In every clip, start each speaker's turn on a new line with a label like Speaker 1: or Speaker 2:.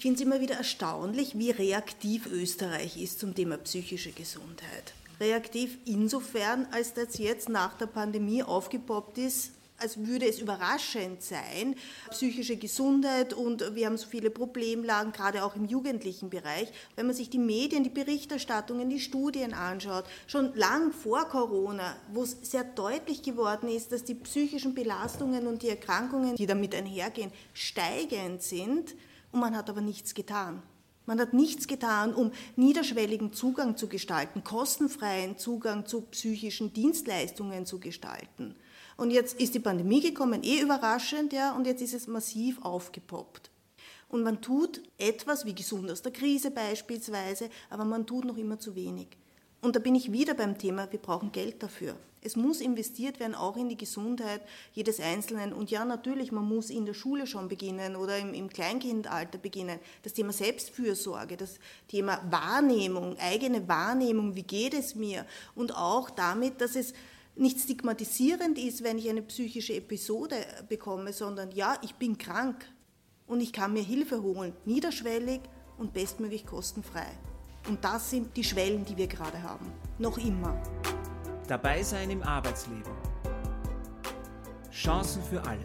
Speaker 1: finde es immer wieder erstaunlich, wie reaktiv Österreich ist zum Thema psychische Gesundheit. Reaktiv insofern, als das jetzt nach der Pandemie aufgepoppt ist, als würde es überraschend sein, psychische Gesundheit, und wir haben so viele Problemlagen, gerade auch im jugendlichen Bereich. Wenn man sich die Medien, die Berichterstattungen, die Studien anschaut, schon lang vor Corona, wo es sehr deutlich geworden ist, dass die psychischen Belastungen und die Erkrankungen, die damit einhergehen, steigend sind, und man hat aber nichts getan. Man hat nichts getan, um niederschwelligen Zugang zu gestalten, kostenfreien Zugang zu psychischen Dienstleistungen zu gestalten. Und jetzt ist die Pandemie gekommen, überraschend, ja, und jetzt ist es massiv aufgepoppt. Und man tut etwas wie gesund aus der Krise beispielsweise, aber man tut noch immer zu wenig. Und da bin ich wieder beim Thema, wir brauchen Geld dafür. Es muss investiert werden, auch in die Gesundheit jedes Einzelnen. Und ja, natürlich, man muss in der Schule schon beginnen oder im Kleinkindalter beginnen. Das Thema Selbstfürsorge, das Thema Wahrnehmung, eigene Wahrnehmung, wie geht es mir? Und auch damit, dass es nicht stigmatisierend ist, wenn ich eine psychische Episode bekomme, sondern ja, ich bin krank und ich kann mir Hilfe holen, niederschwellig und bestmöglich kostenfrei. Und das sind die Schwellen, die wir gerade haben, noch immer.
Speaker 2: Dabei sein im Arbeitsleben. Chancen für alle.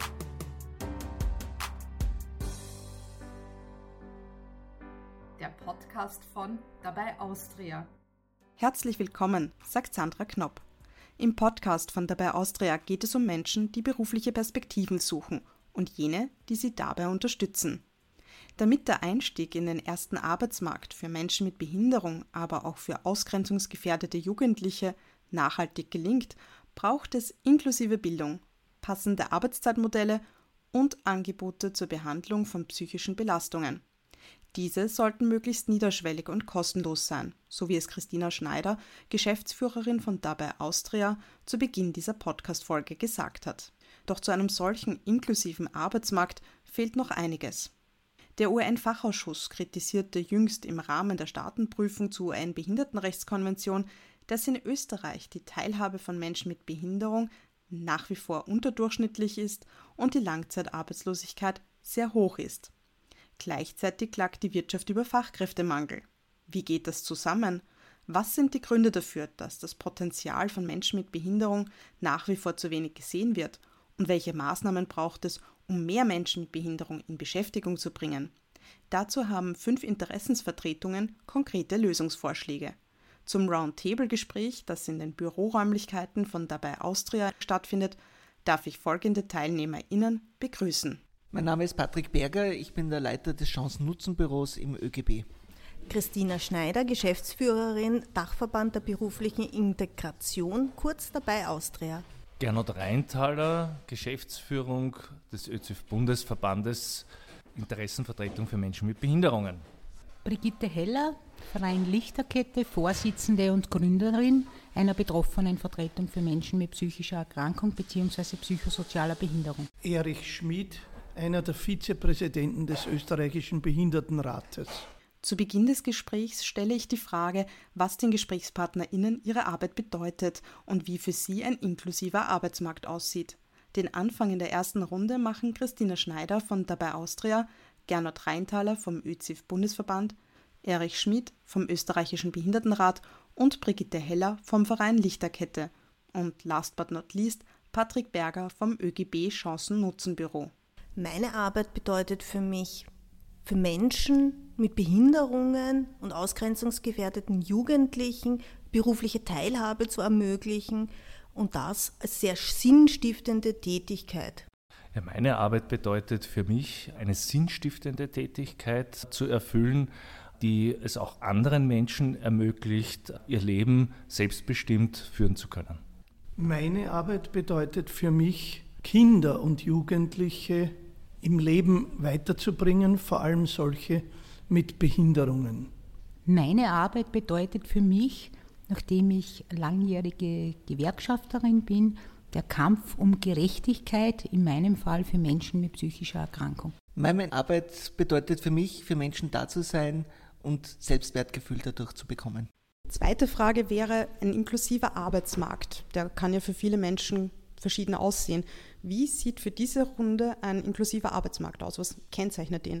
Speaker 3: Der Podcast von Dabei Austria.
Speaker 4: Herzlich willkommen, sagt Sandra Knopp. Im Podcast von Dabei Austria geht es um Menschen, die berufliche Perspektiven suchen und jene, die sie dabei unterstützen. Damit der Einstieg in den ersten Arbeitsmarkt für Menschen mit Behinderung, aber auch für ausgrenzungsgefährdete Jugendliche nachhaltig gelingt, braucht es inklusive Bildung, passende Arbeitszeitmodelle und Angebote zur Behandlung von psychischen Belastungen. Diese sollten möglichst niederschwellig und kostenlos sein, so wie es Christina Schneider, Geschäftsführerin von Dabei Austria, zu Beginn dieser Podcast-Folge gesagt hat. Doch zu einem solchen inklusiven Arbeitsmarkt fehlt noch einiges. Der UN-Fachausschuss kritisierte jüngst im Rahmen der Staatenprüfung zur UN-Behindertenrechtskonvention, dass in Österreich die Teilhabe von Menschen mit Behinderung nach wie vor unterdurchschnittlich ist und die Langzeitarbeitslosigkeit sehr hoch ist. Gleichzeitig klagt die Wirtschaft über Fachkräftemangel. Wie geht das zusammen? Was sind die Gründe dafür, dass das Potenzial von Menschen mit Behinderung nach wie vor zu wenig gesehen wird? Und welche Maßnahmen braucht es, um mehr Menschen mit Behinderung in Beschäftigung zu bringen? Dazu haben 5 Interessensvertretungen konkrete Lösungsvorschläge. Zum Roundtable-Gespräch, das in den Büroräumlichkeiten von Dabei Austria stattfindet, darf ich folgende TeilnehmerInnen begrüßen.
Speaker 5: Mein Name ist Patrick Berger, ich bin der Leiter des Chancen-Nutzen-Büros im ÖGB.
Speaker 1: Christina Schneider, Geschäftsführerin, Dachverband der beruflichen Integration, kurz Dabei Austria.
Speaker 6: Gernot Reintaler, Geschäftsführung des ÖZIF-Bundesverbandes, Interessenvertretung für Menschen mit Behinderungen.
Speaker 7: Brigitte Heller, Verein Lichterkette, Vorsitzende und Gründerin einer betroffenen Vertretung für Menschen mit psychischer Erkrankung bzw. psychosozialer Behinderung.
Speaker 8: Erich Schmid, einer der Vizepräsidenten des österreichischen Behindertenrates.
Speaker 4: Zu Beginn des Gesprächs stelle ich die Frage, was den GesprächspartnerInnen ihre Arbeit bedeutet und wie für sie ein inklusiver Arbeitsmarkt aussieht. Den Anfang in der ersten Runde machen Christina Schneider von Dabei Austria, Gernot Reintaler vom ÖZIF-Bundesverband, Erich Schmid vom österreichischen Behindertenrat und Brigitte Heller vom Verein Lichterkette und last but not least Patrick Berger vom ÖGB Chancen-Nutzen-Büro.
Speaker 1: Meine Arbeit bedeutet für mich, für Menschen mit Behinderungen und ausgrenzungsgefährdeten Jugendlichen berufliche Teilhabe zu ermöglichen und das als sehr sinnstiftende Tätigkeit.
Speaker 6: Ja, meine Arbeit bedeutet für mich, eine sinnstiftende Tätigkeit zu erfüllen, die es auch anderen Menschen ermöglicht, ihr Leben selbstbestimmt führen zu können.
Speaker 8: Meine Arbeit bedeutet für mich, Kinder und Jugendliche im Leben weiterzubringen, vor allem solche mit Behinderungen.
Speaker 7: Meine Arbeit bedeutet für mich, nachdem ich langjährige Gewerkschafterin bin, der Kampf um Gerechtigkeit, in meinem Fall für Menschen mit psychischer Erkrankung.
Speaker 5: Meine Arbeit bedeutet für mich, für Menschen da zu sein und Selbstwertgefühl dadurch zu bekommen.
Speaker 4: Zweite Frage wäre ein inklusiver Arbeitsmarkt. Der kann ja für viele Menschen verschieden aussehen. Wie sieht für diese Runde ein inklusiver Arbeitsmarkt aus? Was kennzeichnet den?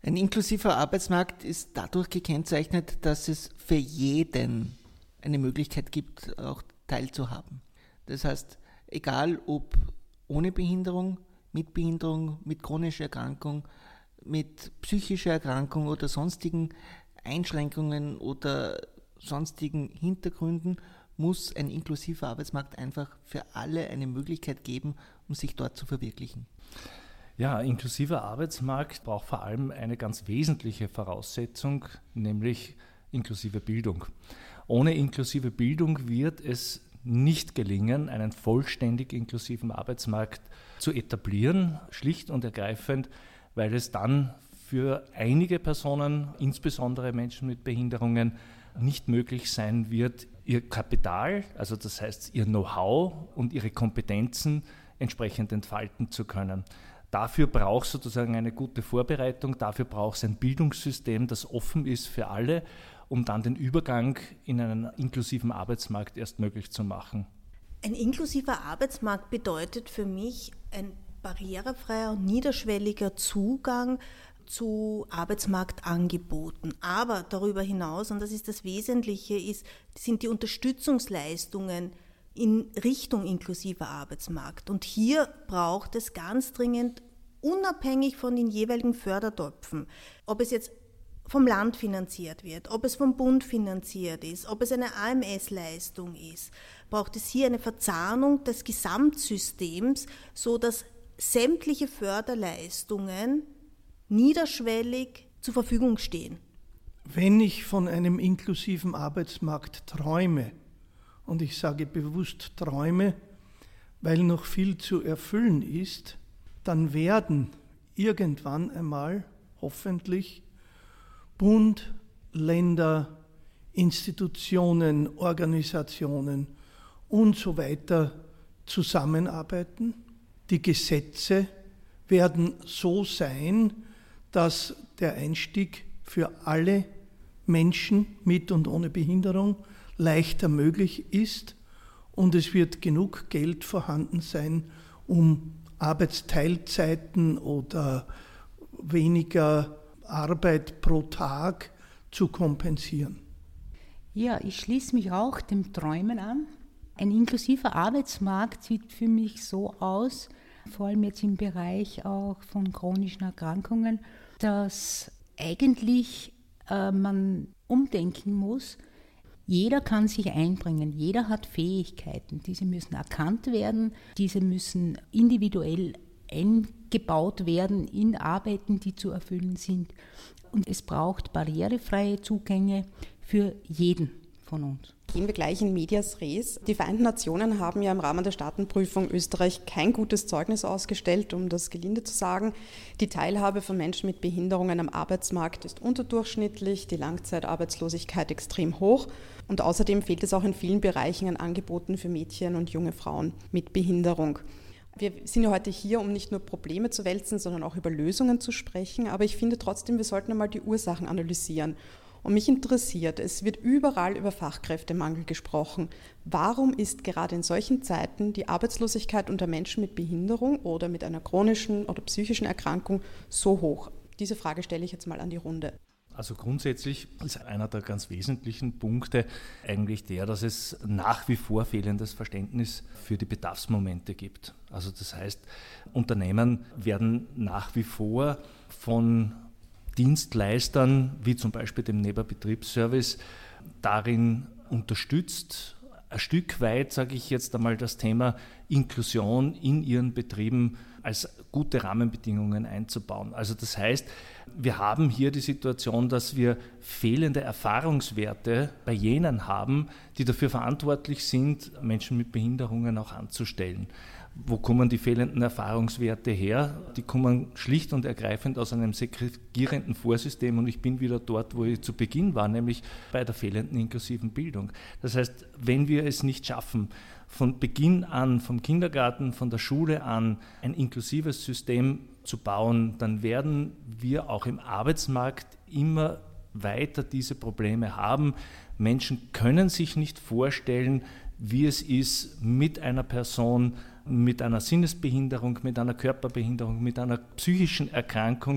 Speaker 5: Ein inklusiver Arbeitsmarkt ist dadurch gekennzeichnet, dass es für jeden eine Möglichkeit gibt, auch teilzuhaben. Das heißt, egal ob ohne Behinderung, mit chronischer Erkrankung, mit psychischer Erkrankung oder sonstigen Einschränkungen oder sonstigen Hintergründen, muss ein inklusiver Arbeitsmarkt einfach für alle eine Möglichkeit geben, um sich dort zu verwirklichen.
Speaker 6: Ja, inklusiver Arbeitsmarkt braucht vor allem eine ganz wesentliche Voraussetzung, nämlich inklusive Bildung. Ohne inklusive Bildung wird es nicht gelingen, einen vollständig inklusiven Arbeitsmarkt zu etablieren, schlicht und ergreifend, weil es dann für einige Personen, insbesondere Menschen mit Behinderungen, nicht möglich sein wird, ihr Kapital, also das heißt ihr Know-how und ihre Kompetenzen entsprechend entfalten zu können. Dafür braucht es sozusagen eine gute Vorbereitung, dafür braucht es ein Bildungssystem, das offen ist für alle, um dann den Übergang in einen inklusiven Arbeitsmarkt erst möglich zu machen.
Speaker 1: Ein inklusiver Arbeitsmarkt bedeutet für mich ein barrierefreier und niederschwelliger Zugang zu Arbeitsmarktangeboten. Aber darüber hinaus, und das ist das Wesentliche, sind die Unterstützungsleistungen in Richtung inklusiver Arbeitsmarkt. Und hier braucht es ganz dringend, unabhängig von den jeweiligen Fördertöpfen, ob es jetzt vom Land finanziert wird, ob es vom Bund finanziert ist, ob es eine AMS-Leistung ist, braucht es hier eine Verzahnung des Gesamtsystems, sodass sämtliche Förderleistungen niederschwellig zur Verfügung stehen.
Speaker 8: Wenn ich von einem inklusiven Arbeitsmarkt träume, und ich sage bewusst träume, weil noch viel zu erfüllen ist, dann werden irgendwann einmal hoffentlich Bund, Länder, Institutionen, Organisationen und so weiter zusammenarbeiten. Die Gesetze werden so sein, dass der Einstieg für alle Menschen mit und ohne Behinderung leichter möglich ist und es wird genug Geld vorhanden sein, um Arbeitsteilzeiten oder weniger Arbeit pro Tag zu kompensieren.
Speaker 7: Ja, ich schließe mich auch dem Träumen an. Ein inklusiver Arbeitsmarkt sieht für mich so aus, vor allem jetzt im Bereich auch von chronischen Erkrankungen, dass eigentlich man umdenken muss. Jeder kann sich einbringen, jeder hat Fähigkeiten, diese müssen erkannt werden, diese müssen individuell eingebaut werden in Arbeiten, die zu erfüllen sind. Und es braucht barrierefreie Zugänge für jeden von uns.
Speaker 4: Gehen wir gleich in medias res. Die Vereinten Nationen haben ja im Rahmen der Staatenprüfung Österreich kein gutes Zeugnis ausgestellt, um das gelinde zu sagen. Die Teilhabe von Menschen mit Behinderungen am Arbeitsmarkt ist unterdurchschnittlich, die Langzeitarbeitslosigkeit extrem hoch und außerdem fehlt es auch in vielen Bereichen an Angeboten für Mädchen und junge Frauen mit Behinderung. Wir sind ja heute hier, um nicht nur Probleme zu wälzen, sondern auch über Lösungen zu sprechen, aber ich finde trotzdem, wir sollten einmal die Ursachen analysieren. Und mich interessiert, es wird überall über Fachkräftemangel gesprochen. Warum ist gerade in solchen Zeiten die Arbeitslosigkeit unter Menschen mit Behinderung oder mit einer chronischen oder psychischen Erkrankung so hoch? Diese Frage stelle ich jetzt mal an die Runde.
Speaker 6: Also grundsätzlich ist einer der ganz wesentlichen Punkte eigentlich der, dass es nach wie vor fehlendes Verständnis für die Bedarfsmomente gibt. Also das heißt, Unternehmen werden nach wie vor von Dienstleistern, wie zum Beispiel dem Nebenbetriebsservice, darin unterstützt, ein Stück weit, sage ich jetzt einmal, das Thema Inklusion in ihren Betrieben als gute Rahmenbedingungen einzubauen. Also das heißt, wir haben hier die Situation, dass wir fehlende Erfahrungswerte bei jenen haben, die dafür verantwortlich sind, Menschen mit Behinderungen auch anzustellen. Wo kommen die fehlenden Erfahrungswerte her? Die kommen schlicht und ergreifend aus einem segregierenden Vorsystem und ich bin wieder dort, wo ich zu Beginn war, nämlich bei der fehlenden inklusiven Bildung. Das heißt, wenn wir es nicht schaffen, von Beginn an, vom Kindergarten, von der Schule an, ein inklusives System zu bauen, dann werden wir auch im Arbeitsmarkt immer weiter diese Probleme haben. Menschen können sich nicht vorstellen, wie es ist, mit einer Person mit einer Sinnesbehinderung, mit einer Körperbehinderung, mit einer psychischen Erkrankung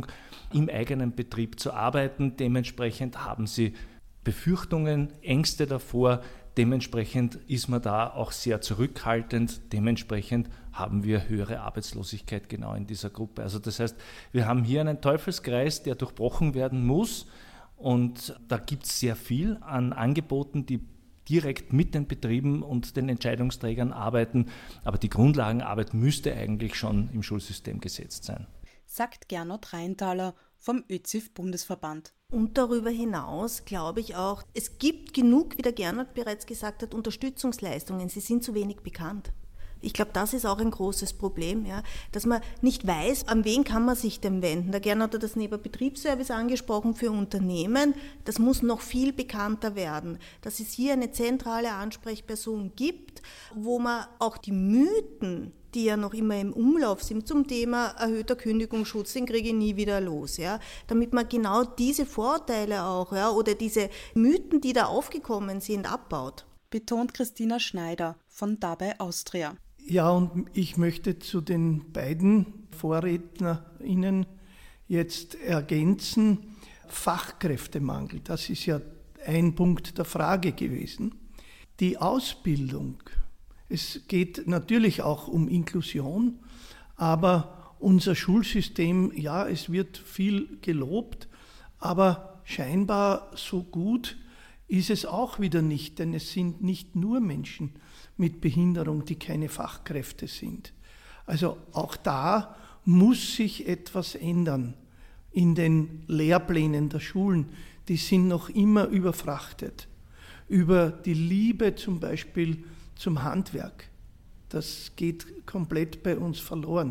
Speaker 6: im eigenen Betrieb zu arbeiten. Dementsprechend haben sie Befürchtungen, Ängste davor. Dementsprechend ist man da auch sehr zurückhaltend. Dementsprechend haben wir höhere Arbeitslosigkeit genau in dieser Gruppe. Also das heißt, wir haben hier einen Teufelskreis, der durchbrochen werden muss. Und da gibt es sehr viel an Angeboten, die direkt mit den Betrieben und den Entscheidungsträgern arbeiten. Aber die Grundlagenarbeit müsste eigentlich schon im Schulsystem gesetzt sein.
Speaker 4: Sagt Gernot Reintaler vom ÖZIF-Bundesverband.
Speaker 1: Und darüber hinaus glaube ich auch, es gibt genug, wie der Gernot bereits gesagt hat, Unterstützungsleistungen. Sie sind zu wenig bekannt. Ich glaube, das ist auch ein großes Problem, ja, dass man nicht weiß, an wen kann man sich denn wenden. Der Gernot hat das Nebenbetriebsservice angesprochen für Unternehmen. Das muss noch viel bekannter werden, dass es hier eine zentrale Ansprechperson gibt, wo man auch die Mythen, die ja noch immer im Umlauf sind, zum Thema erhöhter Kündigungsschutz, den kriege ich nie wieder los, ja, damit man genau diese Vorteile auch, ja, oder diese Mythen, die da aufgekommen sind, abbaut.
Speaker 4: Betont Christina Schneider von Dabei Austria.
Speaker 8: Ja, und ich möchte zu den beiden VorrednerInnen jetzt ergänzen, Fachkräftemangel, das ist ja ein Punkt der Frage gewesen. Die Ausbildung, es geht natürlich auch um Inklusion, aber unser Schulsystem, ja, es wird viel gelobt, aber scheinbar so gut ist es auch wieder nicht, denn es sind nicht nur Menschen mit Behinderung, die keine Fachkräfte sind. Also auch da muss sich etwas ändern in den Lehrplänen der Schulen. Die sind noch immer überfrachtet. Über die Liebe zum Beispiel zum Handwerk, das geht komplett bei uns verloren.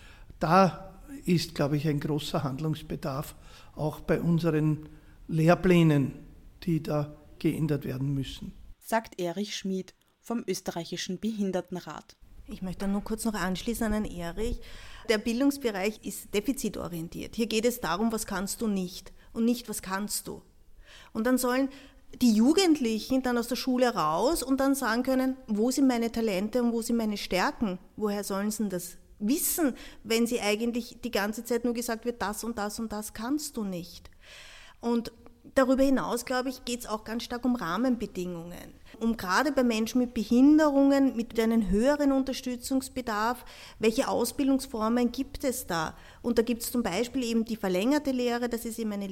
Speaker 8: Da ist, glaube ich, ein großer Handlungsbedarf, auch bei unseren Lehrplänen, die da geändert werden müssen.
Speaker 4: Sagt Erich Schmid vom österreichischen Behindertenrat.
Speaker 1: Ich möchte nur kurz noch anschließen an Herrn Erich. Der Bildungsbereich ist defizitorientiert. Hier geht es darum, was kannst du nicht und nicht, was kannst du. Und dann sollen die Jugendlichen dann aus der Schule raus und dann sagen können, wo sind meine Talente und wo sind meine Stärken? Woher sollen sie das wissen, wenn sie eigentlich die ganze Zeit nur gesagt wird, das und das und das kannst du nicht? Und darüber hinaus, glaube ich, geht es auch ganz stark um Rahmenbedingungen. Um gerade bei Menschen mit Behinderungen, mit einem höheren Unterstützungsbedarf, welche Ausbildungsformen gibt es da? Und da gibt es zum Beispiel eben die verlängerte Lehre, das ist eben eine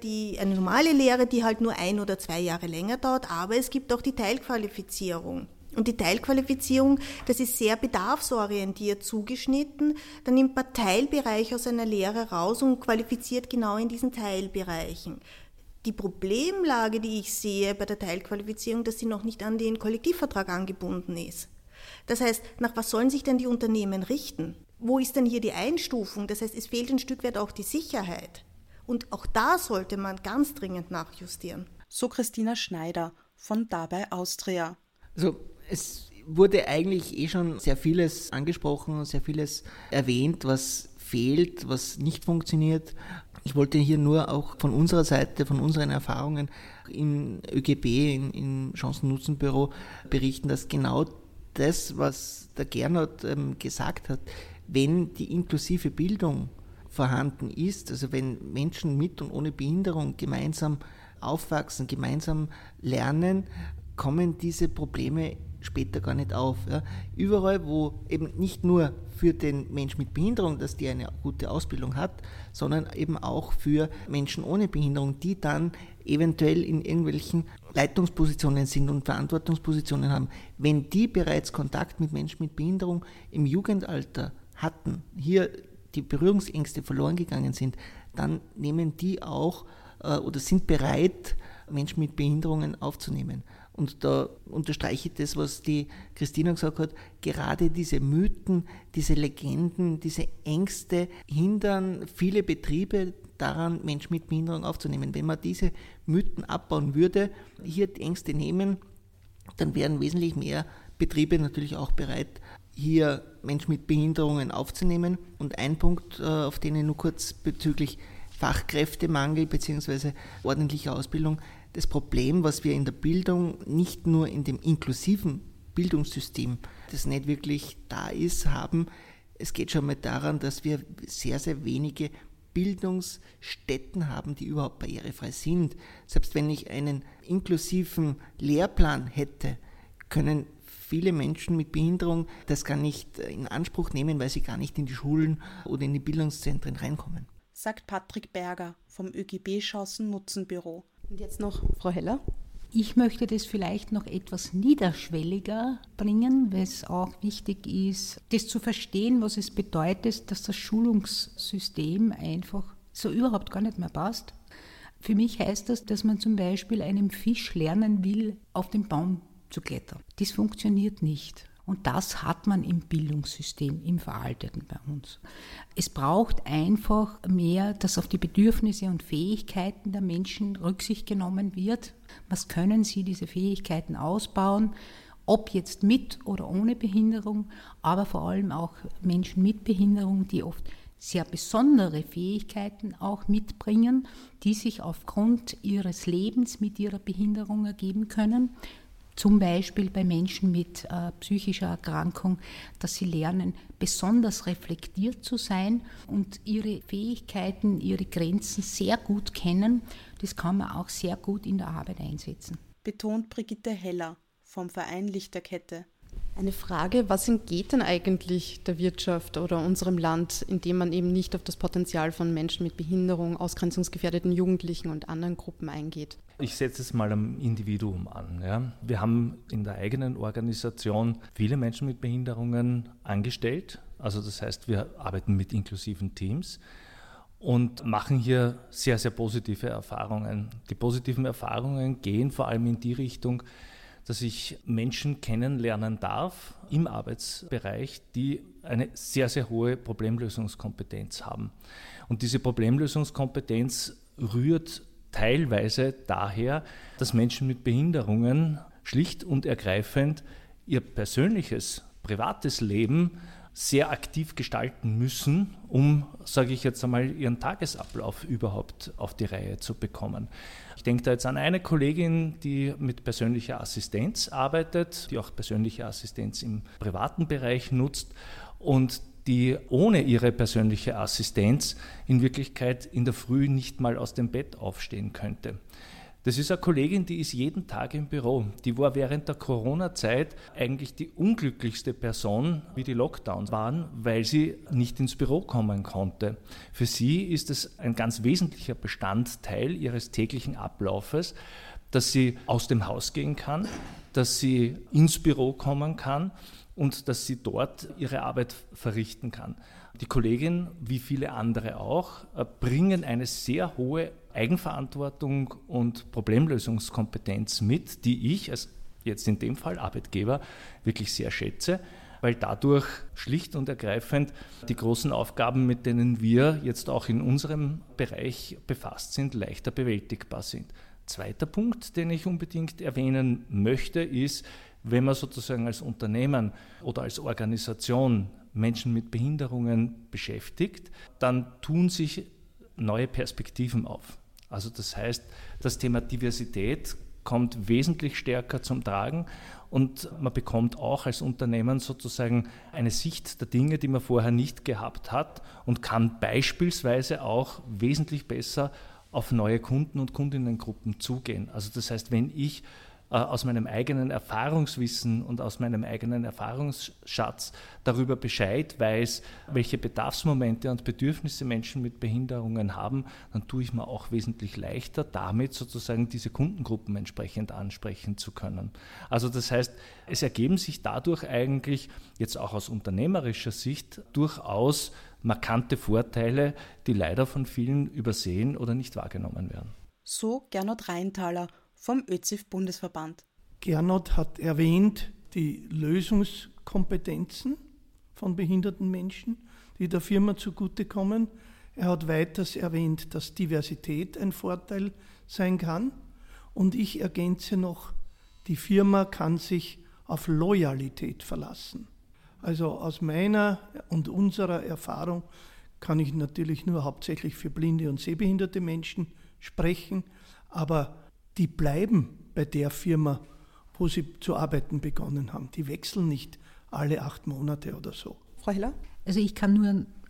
Speaker 1: normale Lehre, die halt nur 1 oder 2 Jahre länger dauert, aber es gibt auch die Teilqualifizierung. Und die Teilqualifizierung, das ist sehr bedarfsorientiert zugeschnitten. Da nimmt man Teilbereiche aus einer Lehre raus und qualifiziert genau in diesen Teilbereichen. Die Problemlage, die ich sehe bei der Teilqualifizierung, dass sie noch nicht an den Kollektivvertrag angebunden ist. Das heißt, nach was sollen sich denn die Unternehmen richten? Wo ist denn hier die Einstufung? Das heißt, es fehlt ein Stück weit auch die Sicherheit. Und auch da sollte man ganz dringend nachjustieren.
Speaker 4: So Christina Schneider von Dabei Austria.
Speaker 5: Also es wurde eigentlich schon sehr vieles angesprochen, sehr vieles erwähnt, was fehlt, was nicht funktioniert. Ich wollte hier nur auch von unserer Seite, von unseren Erfahrungen im ÖGB, im Chancen-Nutzen-Büro berichten, dass genau das, was der Gernot gesagt hat, wenn die inklusive Bildung vorhanden ist, also wenn Menschen mit und ohne Behinderung gemeinsam aufwachsen, gemeinsam lernen, kommen diese Probleme später gar nicht auf. Ja. Überall, wo eben nicht nur für den Menschen mit Behinderung, dass die eine gute Ausbildung hat, sondern eben auch für Menschen ohne Behinderung, die dann eventuell in irgendwelchen Leitungspositionen sind und Verantwortungspositionen haben. Wenn die bereits Kontakt mit Menschen mit Behinderung im Jugendalter hatten, hier die Berührungsängste verloren gegangen sind, dann nehmen die auch oder sind bereit, Menschen mit Behinderungen aufzunehmen. Und da unterstreiche ich das, was die Christina gesagt hat, gerade diese Mythen, diese Legenden, diese Ängste hindern viele Betriebe daran, Menschen mit Behinderung aufzunehmen. Wenn man diese Mythen abbauen würde, hier die Ängste nehmen, dann wären wesentlich mehr Betriebe natürlich auch bereit, hier Menschen mit Behinderungen aufzunehmen. Und ein Punkt, auf den ich nur kurz bezüglich Fachkräftemangel bzw. ordentlicher Ausbildung, das Problem, was wir in der Bildung, nicht nur in dem inklusiven Bildungssystem, das nicht wirklich da ist, haben. Es geht schon mal daran, dass wir sehr, sehr wenige Bildungsstätten haben, die überhaupt barrierefrei sind. Selbst wenn ich einen inklusiven Lehrplan hätte, können viele Menschen mit Behinderung das gar nicht in Anspruch nehmen, weil sie gar nicht in die Schulen oder in die Bildungszentren reinkommen.
Speaker 4: Sagt Patrick Berger vom ÖGB Chancen-Nutzen-Büro. Und jetzt noch Frau Heller.
Speaker 7: Ich möchte das vielleicht noch etwas niederschwelliger bringen, weil es auch wichtig ist, das zu verstehen, was es bedeutet, dass das Schulungssystem einfach so überhaupt gar nicht mehr passt. Für mich heißt das, dass man zum Beispiel einem Fisch lernen will, auf den Baum zu klettern. Das funktioniert nicht. Und das hat man im Bildungssystem, im Veralteten bei uns. Es braucht einfach mehr, dass auf die Bedürfnisse und Fähigkeiten der Menschen Rücksicht genommen wird. Was können sie, diese Fähigkeiten ausbauen? Ob jetzt mit oder ohne Behinderung, aber vor allem auch Menschen mit Behinderung, die oft sehr besondere Fähigkeiten auch mitbringen, die sich aufgrund ihres Lebens mit ihrer Behinderung ergeben können. Zum Beispiel bei Menschen mit psychischer Erkrankung, dass sie lernen, besonders reflektiert zu sein und ihre Fähigkeiten, ihre Grenzen sehr gut kennen. Das kann man auch sehr gut in der Arbeit einsetzen.
Speaker 4: Betont Brigitte Heller vom Verein Lichterkette. Eine Frage, was entgeht denn eigentlich der Wirtschaft oder unserem Land, indem man eben nicht auf das Potenzial von Menschen mit Behinderung, ausgrenzungsgefährdeten Jugendlichen und anderen Gruppen eingeht?
Speaker 6: Ich setze es mal am Individuum an. Ja. Wir haben in der eigenen Organisation viele Menschen mit Behinderungen angestellt. Also das heißt, wir arbeiten mit inklusiven Teams und machen hier sehr, sehr positive Erfahrungen. Die positiven Erfahrungen gehen vor allem in die Richtung, dass ich Menschen kennenlernen darf im Arbeitsbereich, die eine sehr, sehr hohe Problemlösungskompetenz haben. Und diese Problemlösungskompetenz rührt teilweise daher, dass Menschen mit Behinderungen schlicht und ergreifend ihr persönliches, privates Leben sehr aktiv gestalten müssen, um, sage ich jetzt einmal, ihren Tagesablauf überhaupt auf die Reihe zu bekommen. Ich denke da jetzt an eine Kollegin, die mit persönlicher Assistenz arbeitet, die auch persönliche Assistenz im privaten Bereich nutzt und die ohne ihre persönliche Assistenz in Wirklichkeit in der Früh nicht mal aus dem Bett aufstehen könnte. Das ist eine Kollegin, die ist jeden Tag im Büro. Die war während der Corona-Zeit eigentlich die unglücklichste Person, wie die Lockdowns waren, weil sie nicht ins Büro kommen konnte. Für sie ist es ein ganz wesentlicher Bestandteil ihres täglichen Ablaufes, dass sie aus dem Haus gehen kann, dass sie ins Büro kommen kann und dass sie dort ihre Arbeit verrichten kann. Die Kollegin, wie viele andere auch, bringen eine sehr hohe Eigenverantwortung und Problemlösungskompetenz mit, die ich als jetzt in dem Fall Arbeitgeber wirklich sehr schätze, weil dadurch schlicht und ergreifend die großen Aufgaben, mit denen wir jetzt auch in unserem Bereich befasst sind, leichter bewältigbar sind. Zweiter Punkt, den ich unbedingt erwähnen möchte, ist, wenn man sozusagen als Unternehmen oder als Organisation Menschen mit Behinderungen beschäftigt, dann tun sich neue Perspektiven auf. Also das heißt, das Thema Diversität kommt wesentlich stärker zum Tragen und man bekommt auch als Unternehmen sozusagen eine Sicht der Dinge, die man vorher nicht gehabt hat und kann beispielsweise auch wesentlich besser auf neue Kunden und Kundinnengruppen zugehen. Also das heißt, wenn ich aus meinem eigenen Erfahrungswissen und aus meinem eigenen Erfahrungsschatz darüber Bescheid weiß, welche Bedarfsmomente und Bedürfnisse Menschen mit Behinderungen haben, dann tue ich mir auch wesentlich leichter, damit sozusagen diese Kundengruppen entsprechend ansprechen zu können. Also das heißt, es ergeben sich dadurch eigentlich jetzt auch aus unternehmerischer Sicht durchaus markante Vorteile, die leider von vielen übersehen oder nicht wahrgenommen werden.
Speaker 4: So Gernot Reintaler vom ÖZIF-Bundesverband.
Speaker 8: Gernot hat erwähnt die Lösungskompetenzen von behinderten Menschen, die der Firma zugutekommen. Er hat weiters erwähnt, dass Diversität ein Vorteil sein kann. Und ich ergänze noch, die Firma kann sich auf Loyalität verlassen. Also aus meiner und unserer Erfahrung kann ich natürlich nur hauptsächlich für blinde und sehbehinderte Menschen sprechen, aber die bleiben bei der Firma, wo sie zu arbeiten begonnen haben. Die wechseln nicht alle 8 Monate oder so.
Speaker 4: Frau Heller?
Speaker 7: Also ich kann nur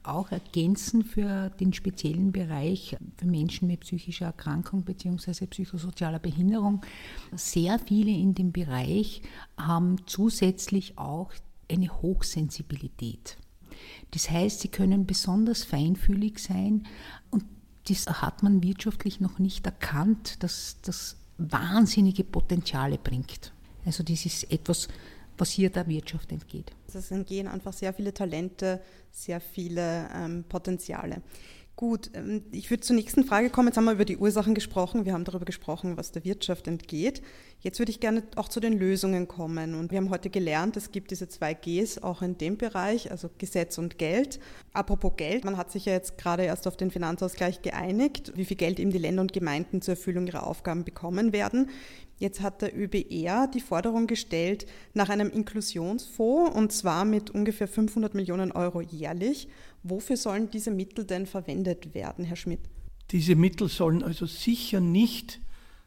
Speaker 7: auch ergänzen für den speziellen Bereich für Menschen mit psychischer Erkrankung bzw. psychosozialer Behinderung. Sehr viele in dem Bereich haben zusätzlich auch eine Hochsensibilität. Das heißt, sie können besonders feinfühlig sein und das hat man wirtschaftlich noch nicht erkannt, dass das wahnsinnige Potenziale bringt. Also das ist etwas, was hier der Wirtschaft entgeht.
Speaker 4: Es entgehen einfach sehr viele Talente, sehr viele Potenziale. Gut, ich würde zur nächsten Frage kommen. Jetzt haben wir über die Ursachen gesprochen, wir haben darüber gesprochen, was der Wirtschaft entgeht. Jetzt würde ich gerne auch zu den Lösungen kommen. Und wir haben heute gelernt, es gibt diese 2 Gs auch in dem Bereich, also Gesetz und Geld. Apropos Geld, man hat sich ja jetzt gerade erst auf den Finanzausgleich geeinigt, wie viel Geld eben die Länder und Gemeinden zur Erfüllung ihrer Aufgaben bekommen werden. Jetzt hat der ÖBR die Forderung gestellt nach einem Inklusionsfonds, und zwar mit ungefähr 500 Millionen Euro jährlich. Wofür sollen diese Mittel denn verwendet werden, Herr Schmidt?
Speaker 8: Diese Mittel sollen also sicher nicht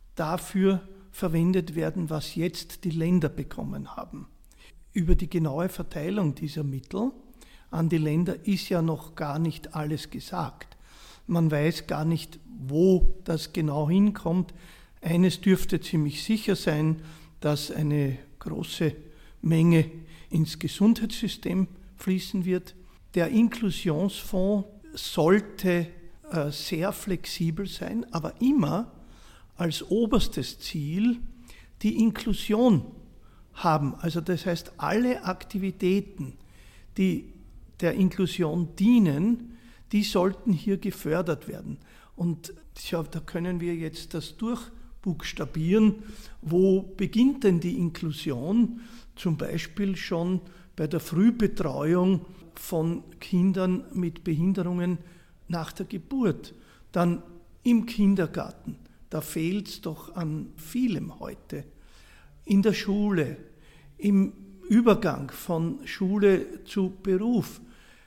Speaker 8: dafür verwendet werden, was jetzt die Länder bekommen haben. Über die genaue Verteilung dieser Mittel an die Länder ist ja noch gar nicht alles gesagt. Man weiß gar nicht, wo das genau hinkommt. Eines dürfte ziemlich sicher sein, dass eine große Menge ins Gesundheitssystem fließen wird. Der Inklusionsfonds sollte sehr flexibel sein, aber immer als oberstes Ziel die Inklusion haben. Also das heißt, alle Aktivitäten, die der Inklusion dienen, die sollten hier gefördert werden. Und ja, da können wir jetzt das durchbuchstabieren. Wo beginnt denn die Inklusion? Zum Beispiel schon bei der Frühbetreuung von Kindern mit Behinderungen nach der Geburt. Dann im Kindergarten, da fehlt es doch an vielem heute. In der Schule, im Übergang von Schule zu Beruf,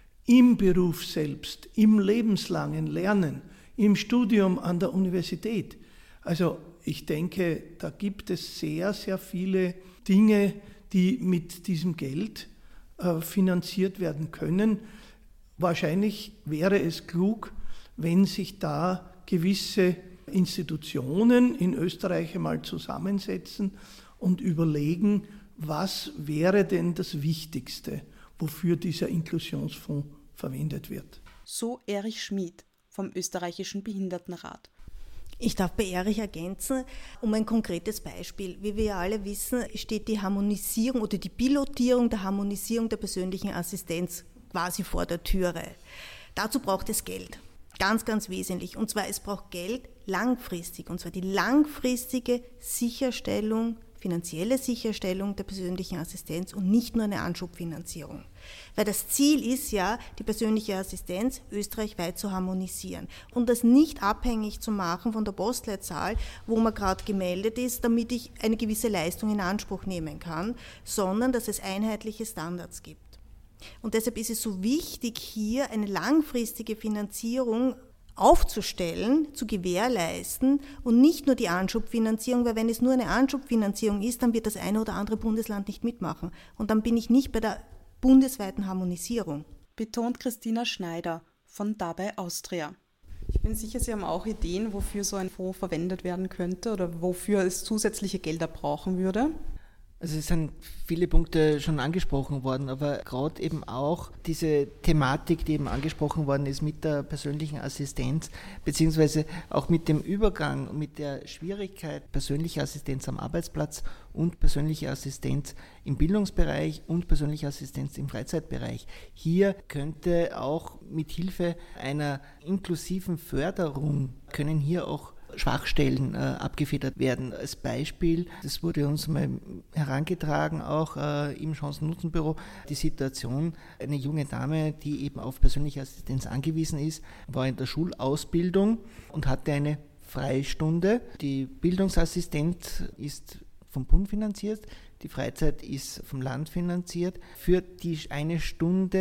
Speaker 8: im Beruf selbst, im lebenslangen Lernen, im Studium an der Universität. Also ich denke, da gibt es sehr, sehr viele Dinge, die mit diesem Geld finanziert werden können. Wahrscheinlich wäre es klug, wenn sich da gewisse Institutionen in Österreich einmal zusammensetzen und überlegen, was wäre denn das Wichtigste, wofür dieser Inklusionsfonds verwendet wird.
Speaker 4: So Erich Schmid vom Österreichischen Behindertenrat.
Speaker 1: Ich darf bei Erich ergänzen, um ein konkretes Beispiel. Wie wir ja alle wissen, steht die Harmonisierung oder die Pilotierung der Harmonisierung der persönlichen Assistenz quasi vor der Türe. Dazu braucht es Geld, ganz, ganz wesentlich. Und zwar, es braucht Geld langfristig, und zwar die langfristige Sicherstellung, finanzielle Sicherstellung der persönlichen Assistenz und nicht nur eine Anschubfinanzierung. Weil das Ziel ist ja, die persönliche Assistenz österreichweit zu harmonisieren und das nicht abhängig zu machen von der Postleitzahl, wo man gerade gemeldet ist, damit ich eine gewisse Leistung in Anspruch nehmen kann, sondern dass es einheitliche Standards gibt. Und deshalb ist es so wichtig, hier eine langfristige Finanzierung aufzustellen, zu gewährleisten und nicht nur die Anschubfinanzierung, weil wenn es nur eine Anschubfinanzierung ist, dann wird das eine oder andere Bundesland nicht mitmachen. Und dann bin ich nicht bei der bundesweiten Harmonisierung.
Speaker 4: Betont Christina Schneider von Dabei Austria. Ich bin sicher, Sie haben auch Ideen, wofür so ein Fonds verwendet werden könnte oder wofür es zusätzliche Gelder brauchen würde.
Speaker 5: Also es sind viele Punkte schon angesprochen worden, aber gerade eben auch diese Thematik, die eben angesprochen worden ist mit der persönlichen Assistenz, beziehungsweise auch mit dem Übergang, mit der Schwierigkeit, persönliche Assistenz am Arbeitsplatz und persönliche Assistenz im Bildungsbereich und persönliche Assistenz im Freizeitbereich. Hier könnte auch mit Hilfe einer inklusiven Förderung, können hier auch Schwachstellen abgefedert werden. Als Beispiel, das wurde uns mal herangetragen, auch im Chancen-Nutzen-Büro, die Situation, eine junge Dame, die eben auf persönliche Assistenz angewiesen ist, war in der Schulausbildung und hatte eine Freistunde. Die Bildungsassistent ist vom Bund finanziert, die Freizeit ist vom Land finanziert. Für die eine Stunde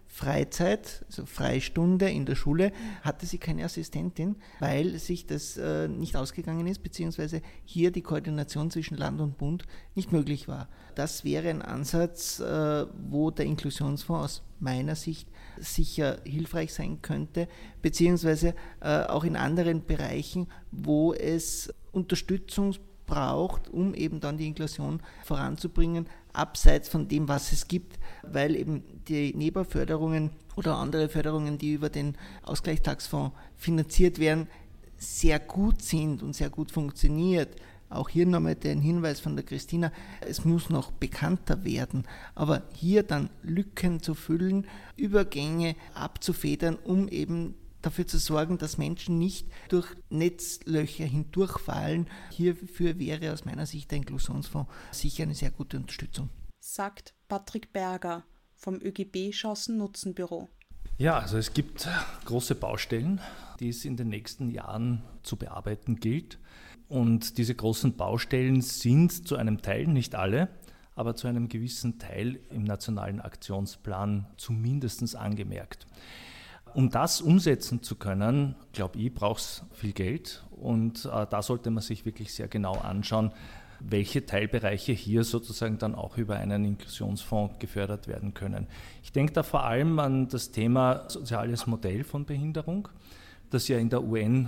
Speaker 5: Freizeit, also Freistunde in der Schule, hatte sie keine Assistentin, weil sich das nicht ausgegangen ist, beziehungsweise hier die Koordination zwischen Land und Bund nicht möglich war. Das wäre ein Ansatz, wo der Inklusionsfonds aus meiner Sicht sicher hilfreich sein könnte, beziehungsweise auch in anderen Bereichen, wo es Unterstützung braucht, um eben dann die Inklusion voranzubringen, abseits von dem, was es gibt, weil eben die NEBA-Förderungen oder andere Förderungen, die über den Ausgleichstagsfonds finanziert werden, sehr gut sind und sehr gut funktioniert. Auch hier nochmal der Hinweis von der Christina, es muss noch bekannter werden, aber hier dann Lücken zu füllen, Übergänge abzufedern, um eben dafür zu sorgen, dass Menschen nicht durch Netzlöcher hindurchfallen. Hierfür wäre aus meiner Sicht der Inklusionsfonds sicher eine sehr gute Unterstützung.
Speaker 4: Sagt Patrick Berger vom ÖGB Chancen-Nutzen-Büro.
Speaker 6: Ja, also es gibt große Baustellen, die es in den nächsten Jahren zu bearbeiten gilt. Und diese großen Baustellen sind zu einem Teil, nicht alle, aber zu einem gewissen Teil im Nationalen Aktionsplan zumindest angemerkt. Um das umsetzen zu können, glaube ich, braucht es viel Geld und da sollte man sich wirklich sehr genau anschauen, welche Teilbereiche hier sozusagen dann auch über einen Inklusionsfonds gefördert werden können. Ich denke da vor allem an das Thema soziales Modell von Behinderung, das ja in der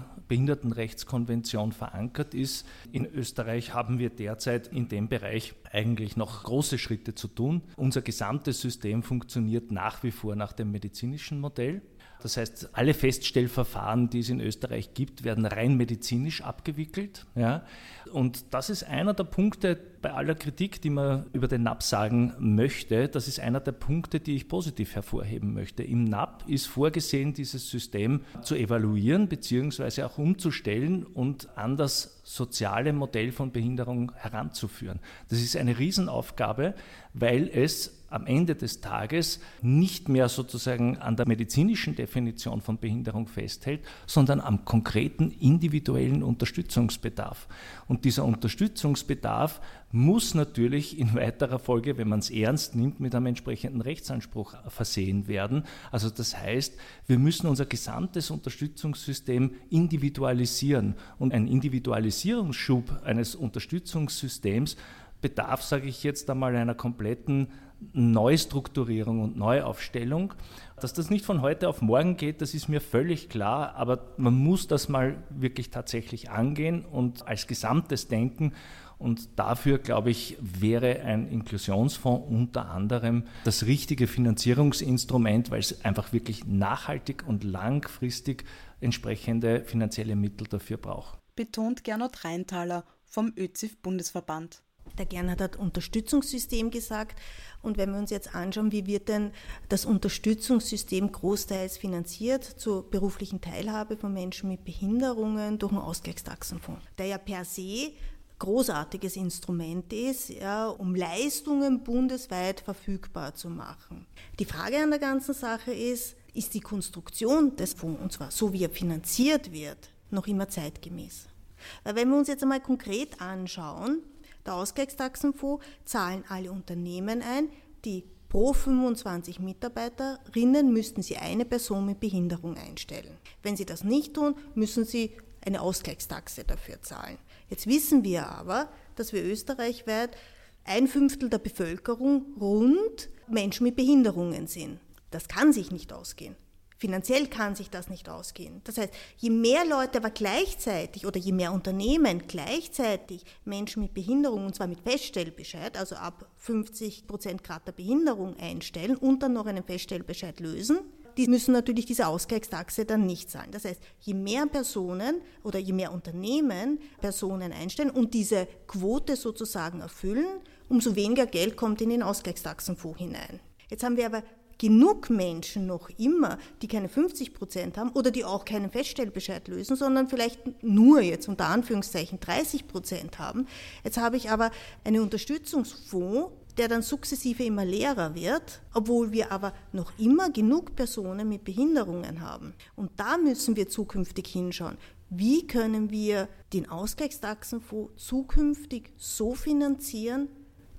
Speaker 6: UN-Behindertenrechtskonvention verankert ist. In Österreich haben wir derzeit in dem Bereich eigentlich noch große Schritte zu tun. Unser gesamtes System funktioniert nach wie vor nach dem medizinischen Modell. Das heißt, alle Feststellverfahren, die es in Österreich gibt, werden rein medizinisch abgewickelt. Ja. Und das ist einer der Punkte bei aller Kritik, die man über den NAP sagen möchte. Das ist einer der Punkte, die ich positiv hervorheben möchte. Im NAP ist vorgesehen, dieses System zu evaluieren bzw. auch umzustellen und an das soziale Modell von Behinderung heranzuführen. Das ist eine Riesenaufgabe, weil es am Ende des Tages nicht mehr sozusagen an der medizinischen Definition von Behinderung festhält, sondern am konkreten individuellen Unterstützungsbedarf. Und dieser Unterstützungsbedarf muss natürlich in weiterer Folge, wenn man es ernst nimmt, mit einem entsprechenden Rechtsanspruch versehen werden. Also das heißt, wir müssen unser gesamtes Unterstützungssystem individualisieren. Und ein Individualisierungsschub eines Unterstützungssystems bedarf, sage ich jetzt einmal, einer kompletten Neustrukturierung und Neuaufstellung. Dass das nicht von heute auf morgen geht, das ist mir völlig klar, aber man muss das mal wirklich tatsächlich angehen und als Gesamtes denken. Und dafür, glaube ich, wäre ein Inklusionsfonds unter anderem das richtige Finanzierungsinstrument, weil es einfach wirklich nachhaltig und langfristig entsprechende finanzielle Mittel dafür braucht.
Speaker 4: Betont Gernot Reintaler vom ÖZIF-Bundesverband.
Speaker 1: Der Gernot hat Unterstützungssystem gesagt. Und wenn wir uns jetzt anschauen, wie wird denn das Unterstützungssystem großteils finanziert zur beruflichen Teilhabe von Menschen mit Behinderungen durch einen Ausgleichstaxenfonds, der ja per se großartiges Instrument ist, ja, um Leistungen bundesweit verfügbar zu machen. Die Frage an der ganzen Sache ist die Konstruktion des Fonds, und zwar so wie er finanziert wird, noch immer zeitgemäß? Weil wenn wir uns jetzt einmal konkret anschauen, der Ausgleichstaxenfonds zahlen alle Unternehmen ein, die pro 25 Mitarbeiterinnen müssten sie eine Person mit Behinderung einstellen. Wenn sie das nicht tun, müssen sie eine Ausgleichstaxe dafür zahlen. Jetzt wissen wir aber, dass wir österreichweit 1/5 der Bevölkerung rund Menschen mit Behinderungen sind. Das kann sich nicht ausgehen. Finanziell kann sich das nicht ausgehen. Das heißt, je mehr Leute aber gleichzeitig oder je mehr Unternehmen gleichzeitig Menschen mit Behinderung, und zwar mit Feststellbescheid, also ab 50% Grad der Behinderung einstellen und dann noch einen Feststellbescheid lösen, die müssen natürlich diese Ausgleichstaxe dann nicht zahlen. Das heißt, je mehr Personen oder je mehr Unternehmen Personen einstellen und diese Quote sozusagen erfüllen, umso weniger Geld kommt in den Ausgleichstaxenfonds hinein. Jetzt haben wir aber genug Menschen noch immer, die keine 50% haben oder die auch keinen Feststellbescheid lösen, sondern vielleicht nur jetzt unter Anführungszeichen 30% haben. Jetzt habe ich aber einen Unterstützungsfonds, der dann sukzessive immer leerer wird, obwohl wir aber noch immer genug Personen mit Behinderungen haben. Und da müssen wir zukünftig hinschauen. Wie können wir den Ausgleichstaxenfonds zukünftig so finanzieren,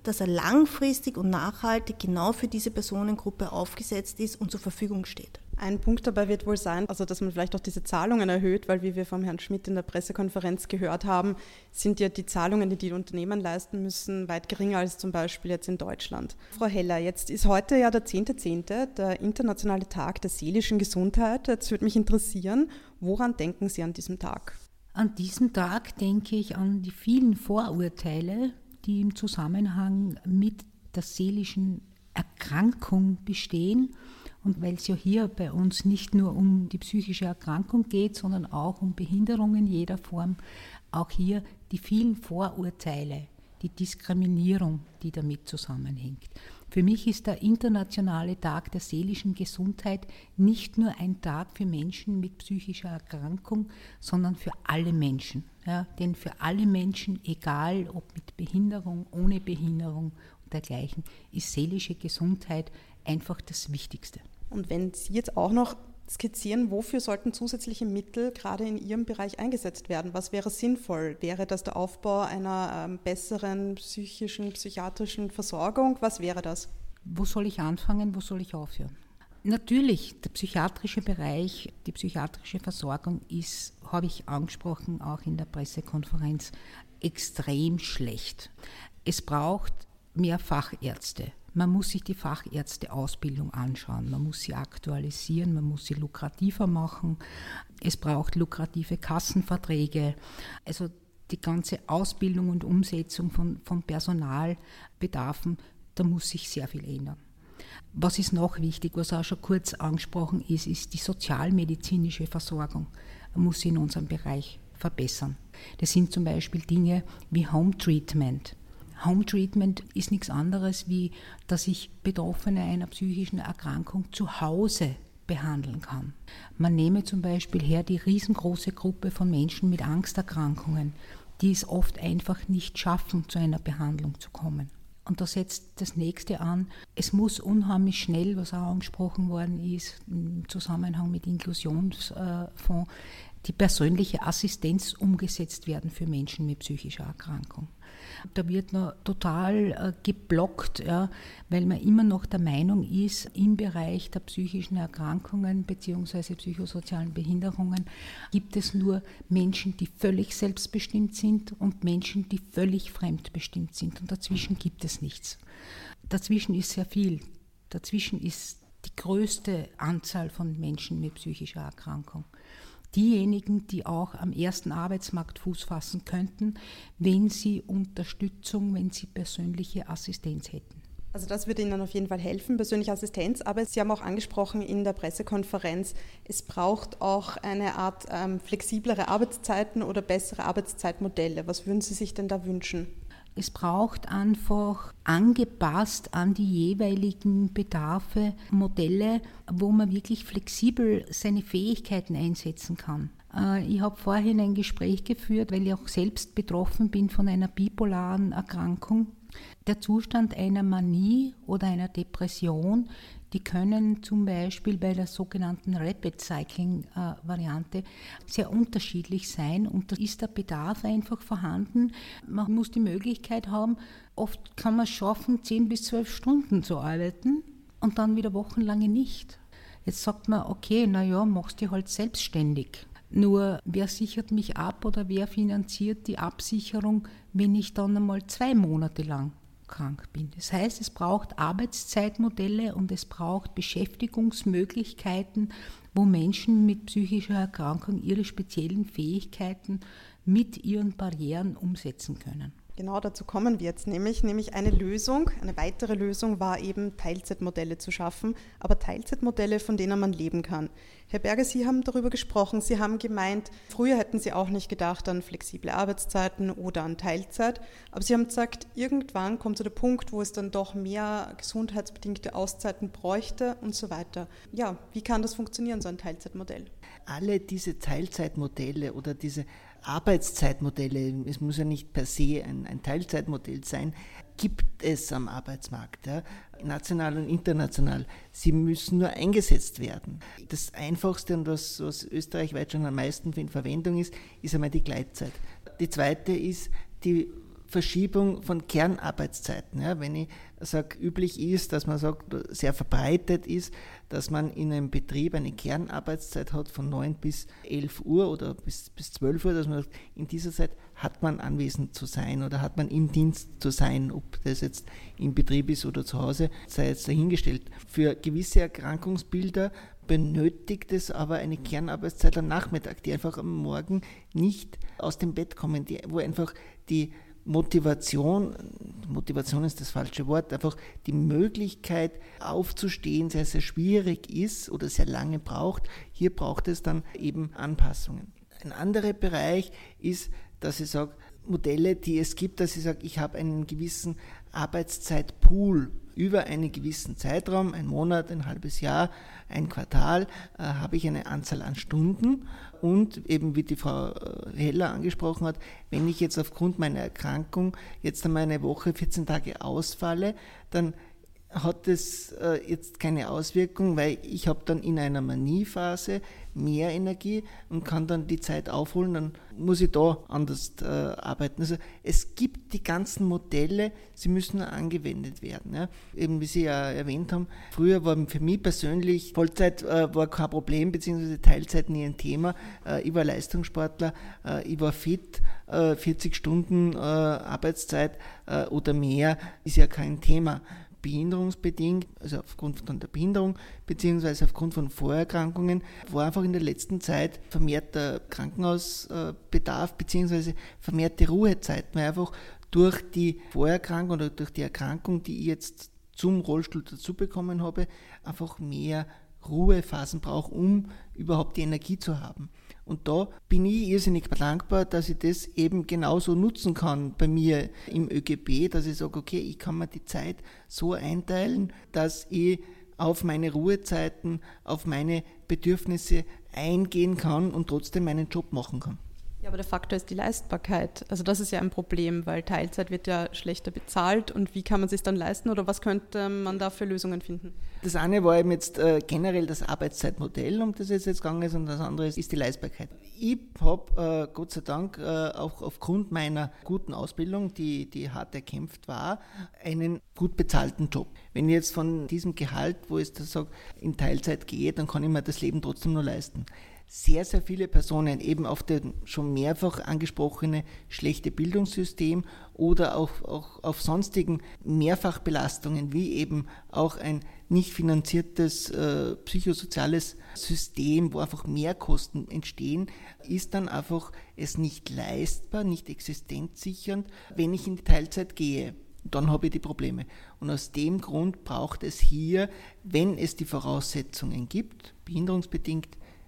Speaker 1: dass er langfristig und nachhaltig genau für diese Personengruppe aufgesetzt ist und zur Verfügung steht.
Speaker 4: Ein Punkt dabei wird wohl sein, also dass man vielleicht auch diese Zahlungen erhöht, weil wie wir vom Herrn Schmidt in der Pressekonferenz gehört haben, sind ja die Zahlungen, die die Unternehmen leisten müssen, weit geringer als zum Beispiel jetzt in Deutschland. Frau Heller, jetzt ist heute ja der 10.10., der internationale Tag der seelischen Gesundheit. Jetzt würde mich interessieren, woran denken Sie an diesem Tag?
Speaker 7: An diesem Tag denke ich an die vielen Vorurteile, die im Zusammenhang mit der seelischen Erkrankung bestehen. Und weil es ja hier bei uns nicht nur um die psychische Erkrankung geht, sondern auch um Behinderungen jeder Form, auch hier die vielen Vorurteile, die Diskriminierung, die damit zusammenhängt. Für mich ist der internationale Tag der seelischen Gesundheit nicht nur ein Tag für Menschen mit psychischer Erkrankung, sondern für alle Menschen. Ja, denn für alle Menschen, egal ob mit Behinderung, ohne Behinderung und dergleichen, ist seelische Gesundheit einfach das Wichtigste.
Speaker 4: Und wenn Sie jetzt auch noch skizzieren, wofür sollten zusätzliche Mittel gerade in Ihrem Bereich eingesetzt werden? Was wäre sinnvoll? Wäre das der Aufbau einer besseren psychiatrischen Versorgung? Was wäre das?
Speaker 7: Wo soll ich anfangen? Wo soll ich aufhören? Natürlich, der psychiatrische Bereich, die psychiatrische Versorgung ist, habe ich angesprochen, auch in der Pressekonferenz, extrem schlecht. Es braucht mehr Fachärzte. Man muss sich die Fachärzteausbildung anschauen, man muss sie aktualisieren, man muss sie lukrativer machen. Es braucht lukrative Kassenverträge. Also die ganze Ausbildung und Umsetzung von Personalbedarfen, da muss sich sehr viel ändern. Was ist noch wichtig, was auch schon kurz angesprochen ist die sozialmedizinische Versorgung. Man muss sie in unserem Bereich verbessern. Das sind zum Beispiel Dinge wie Home Treatment. Home Treatment ist nichts anderes, wie dass ich Betroffene einer psychischen Erkrankung zu Hause behandeln kann. Man nehme zum Beispiel her die riesengroße Gruppe von Menschen mit Angsterkrankungen, die es oft einfach nicht schaffen, zu einer Behandlung zu kommen. Und da setzt das Nächste an. Es muss unheimlich schnell, was auch angesprochen worden ist, im Zusammenhang mit Inklusionsfonds, die persönliche Assistenz umgesetzt werden für Menschen mit psychischer Erkrankung. Da wird noch total geblockt, ja, weil man immer noch der Meinung ist, im Bereich der psychischen Erkrankungen bzw. psychosozialen Behinderungen gibt es nur Menschen, die völlig selbstbestimmt sind und Menschen, die völlig fremdbestimmt sind. Und dazwischen gibt es nichts. Dazwischen ist sehr viel. Dazwischen ist die größte Anzahl von Menschen mit psychischer Erkrankung. Diejenigen, die auch am ersten Arbeitsmarkt Fuß fassen könnten, wenn sie Unterstützung, wenn sie persönliche Assistenz hätten.
Speaker 4: Also das würde Ihnen auf jeden Fall helfen, persönliche Assistenz. Aber Sie haben auch angesprochen in der Pressekonferenz, es braucht auch eine Art flexiblere Arbeitszeiten oder bessere Arbeitszeitmodelle. Was würden Sie sich denn da wünschen?
Speaker 7: Es braucht einfach angepasst an die jeweiligen Bedarfe Modelle, wo man wirklich flexibel seine Fähigkeiten einsetzen kann. Ich habe vorhin ein Gespräch geführt, weil ich auch selbst betroffen bin von einer bipolaren Erkrankung. Der Zustand einer Manie oder einer Depression, die können zum Beispiel bei der sogenannten Rapid Cycling Variante sehr unterschiedlich sein und da ist der Bedarf einfach vorhanden. Man muss die Möglichkeit haben, oft kann man es schaffen, 10 bis 12 Stunden zu arbeiten und dann wieder wochenlange nicht. Jetzt sagt man, okay, machst du halt selbstständig. Nur wer sichert mich ab oder wer finanziert die Absicherung, wenn ich dann einmal 2 Monate lang krank bin? Das heißt, es braucht Arbeitszeitmodelle und es braucht Beschäftigungsmöglichkeiten, wo Menschen mit psychischer Erkrankung ihre speziellen Fähigkeiten mit ihren Barrieren umsetzen können.
Speaker 4: Genau, dazu kommen wir jetzt nämlich eine Lösung, eine weitere Lösung war eben Teilzeitmodelle zu schaffen, aber Teilzeitmodelle, von denen man leben kann. Herr Berger, Sie haben darüber gesprochen, Sie haben gemeint, früher hätten Sie auch nicht gedacht an flexible Arbeitszeiten oder an Teilzeit, aber Sie haben gesagt, irgendwann kommt so der Punkt, wo es dann doch mehr gesundheitsbedingte Auszeiten bräuchte und so weiter. Ja, wie kann das funktionieren, so ein Teilzeitmodell?
Speaker 5: Alle diese Teilzeitmodelle oder diese Arbeitszeitmodelle, es muss ja nicht per se ein Teilzeitmodell sein, gibt es am Arbeitsmarkt, ja, national und international. Sie müssen nur eingesetzt werden. Das Einfachste und was österreichweit schon am meisten in Verwendung ist einmal die Gleitzeit. Die zweite ist die Verschiebung von Kernarbeitszeiten. Ja, wenn ich sage, üblich ist, dass man sagt, sehr verbreitet ist, dass man in einem Betrieb eine Kernarbeitszeit hat von 9 bis 11 Uhr oder bis 12 Uhr, dass man sagt, in dieser Zeit hat man anwesend zu sein oder hat man im Dienst zu sein, ob das jetzt im Betrieb ist oder zu Hause, sei jetzt dahingestellt. Für gewisse Erkrankungsbilder benötigt es aber eine Kernarbeitszeit am Nachmittag, die einfach am Morgen nicht aus dem Bett kommen, wo einfach die Motivation ist das falsche Wort, einfach die Möglichkeit aufzustehen sehr, sehr schwierig ist oder sehr lange braucht. Hier braucht es dann eben Anpassungen. Ein anderer Bereich ist, dass ich sage, Modelle, die es gibt, dass ich sage, ich habe einen gewissen Arbeitszeitpool über einen gewissen Zeitraum, ein Monat, ein halbes Jahr, ein Quartal, habe ich eine Anzahl an Stunden und eben wie die Frau Heller angesprochen hat, wenn ich jetzt aufgrund meiner Erkrankung jetzt einmal eine Woche, 14 Tage ausfalle, dann hat es jetzt keine Auswirkung, weil ich habe dann in einer Maniephase mehr Energie und kann dann die Zeit aufholen, dann muss ich da anders arbeiten. Also es gibt die ganzen Modelle, sie müssen nur angewendet werden. Ja. Eben wie Sie ja erwähnt haben, früher war für mich persönlich Vollzeit war kein Problem, beziehungsweise Teilzeit nie ein Thema. Ich war Leistungssportler, ich war fit, 40 Stunden Arbeitszeit oder mehr ist ja kein Thema. Behinderungsbedingt, also aufgrund von der Behinderung beziehungsweise aufgrund von Vorerkrankungen, war einfach in der letzten Zeit vermehrter Krankenhausbedarf beziehungsweise vermehrte Ruhezeiten, weil einfach durch die Vorerkrankung oder durch die Erkrankung, die ich jetzt zum Rollstuhl dazu bekommen habe, einfach mehr Ruhephasen brauche, um überhaupt die Energie zu haben. Und da bin ich irrsinnig dankbar, dass ich das eben genauso nutzen kann bei mir im ÖGB, dass ich sage, okay, ich kann mir die Zeit so einteilen, dass ich auf meine Ruhezeiten, auf meine Bedürfnisse eingehen kann und trotzdem meinen Job machen kann.
Speaker 4: Ja, aber der Faktor ist die Leistbarkeit. Also das ist ja ein Problem, weil Teilzeit wird ja schlechter bezahlt und wie kann man es sich dann leisten oder was könnte man da für Lösungen finden?
Speaker 5: Das eine war eben jetzt generell das Arbeitszeitmodell, um das es jetzt gegangen ist, und das andere ist die Leistbarkeit. Ich habe Gott sei Dank auch aufgrund meiner guten Ausbildung, die hart erkämpft war, einen gut bezahlten Job. Wenn ich jetzt von diesem Gehalt, wo ich das sage, in Teilzeit gehe, dann kann ich mir das Leben trotzdem nur leisten. Sehr, sehr viele Personen eben auf das schon mehrfach angesprochene schlechte Bildungssystem oder auch auf sonstigen Mehrfachbelastungen, wie eben auch ein nicht finanziertes psychosoziales System, wo einfach Mehrkosten entstehen, ist dann einfach es nicht leistbar, nicht existenzsichernd, wenn ich in die Teilzeit gehe. Dann habe ich die Probleme. Und aus dem Grund braucht es hier, wenn es die Voraussetzungen gibt, behinderungsbedingt,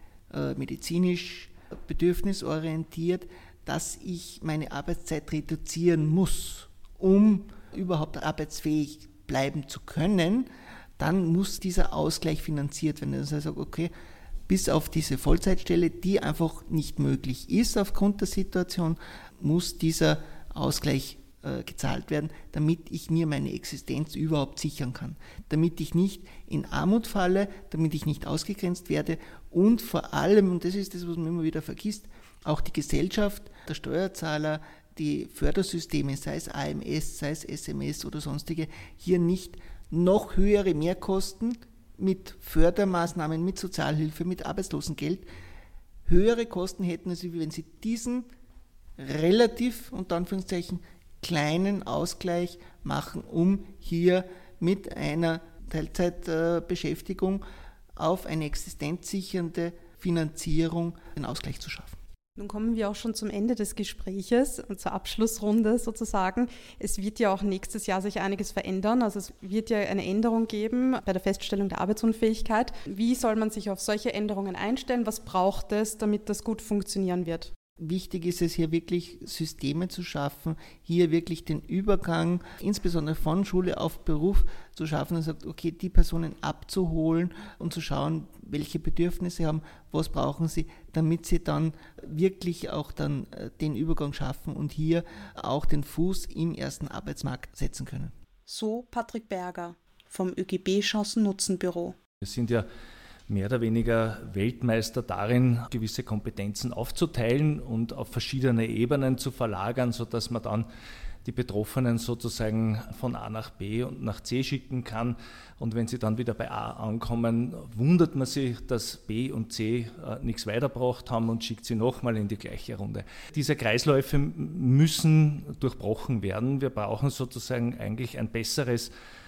Speaker 5: medizinisch bedürfnisorientiert, dass ich meine Arbeitszeit reduzieren muss, um überhaupt arbeitsfähig bleiben zu können, dann muss dieser Ausgleich finanziert werden. Also ich sage, okay, bis auf diese Vollzeitstelle, die einfach nicht möglich ist aufgrund der Situation, muss dieser Ausgleich gezahlt werden, damit ich mir meine Existenz überhaupt sichern kann, damit ich nicht in Armut falle, damit ich nicht ausgegrenzt werde und vor allem, und das ist das, was man immer wieder vergisst, auch die Gesellschaft, der Steuerzahler, die Fördersysteme, sei es AMS, sei es SMS oder sonstige, hier nicht noch höhere Mehrkosten mit Fördermaßnahmen, mit Sozialhilfe, mit Arbeitslosengeld, höhere Kosten hätten, als wenn sie diesen relativ, unter Anführungszeichen, kleinen Ausgleich machen, um hier mit einer Teilzeitbeschäftigung auf eine existenzsichernde Finanzierung den Ausgleich zu schaffen.
Speaker 4: Nun kommen wir auch schon zum Ende des Gespräches und zur Abschlussrunde sozusagen. Es wird ja auch nächstes Jahr sich einiges verändern. Also es wird ja eine Änderung geben bei der Feststellung der Arbeitsunfähigkeit. Wie soll man sich auf solche Änderungen einstellen? Was braucht es, damit das gut funktionieren wird?
Speaker 5: Wichtig ist es hier wirklich Systeme zu schaffen, hier wirklich den Übergang, insbesondere von Schule auf Beruf zu schaffen und sagt, okay, die Personen abzuholen und zu schauen, welche Bedürfnisse sie haben, was brauchen sie, damit sie dann wirklich auch dann den Übergang schaffen und hier auch den Fuß im ersten Arbeitsmarkt setzen können.
Speaker 4: So Patrick Berger vom ÖGB Chancen-Nutzen-Büro.
Speaker 6: Wir sind ja mehr oder weniger Weltmeister darin, gewisse Kompetenzen aufzuteilen und auf verschiedene Ebenen zu verlagern, sodass man dann die Betroffenen sozusagen von A nach B und nach C schicken kann. Und wenn sie dann wieder bei A ankommen, wundert man sich, dass B und C nichts weitergebracht haben und schickt sie nochmal in die gleiche Runde. Diese Kreisläufe müssen durchbrochen werden. Wir brauchen sozusagen eigentlich ein besseres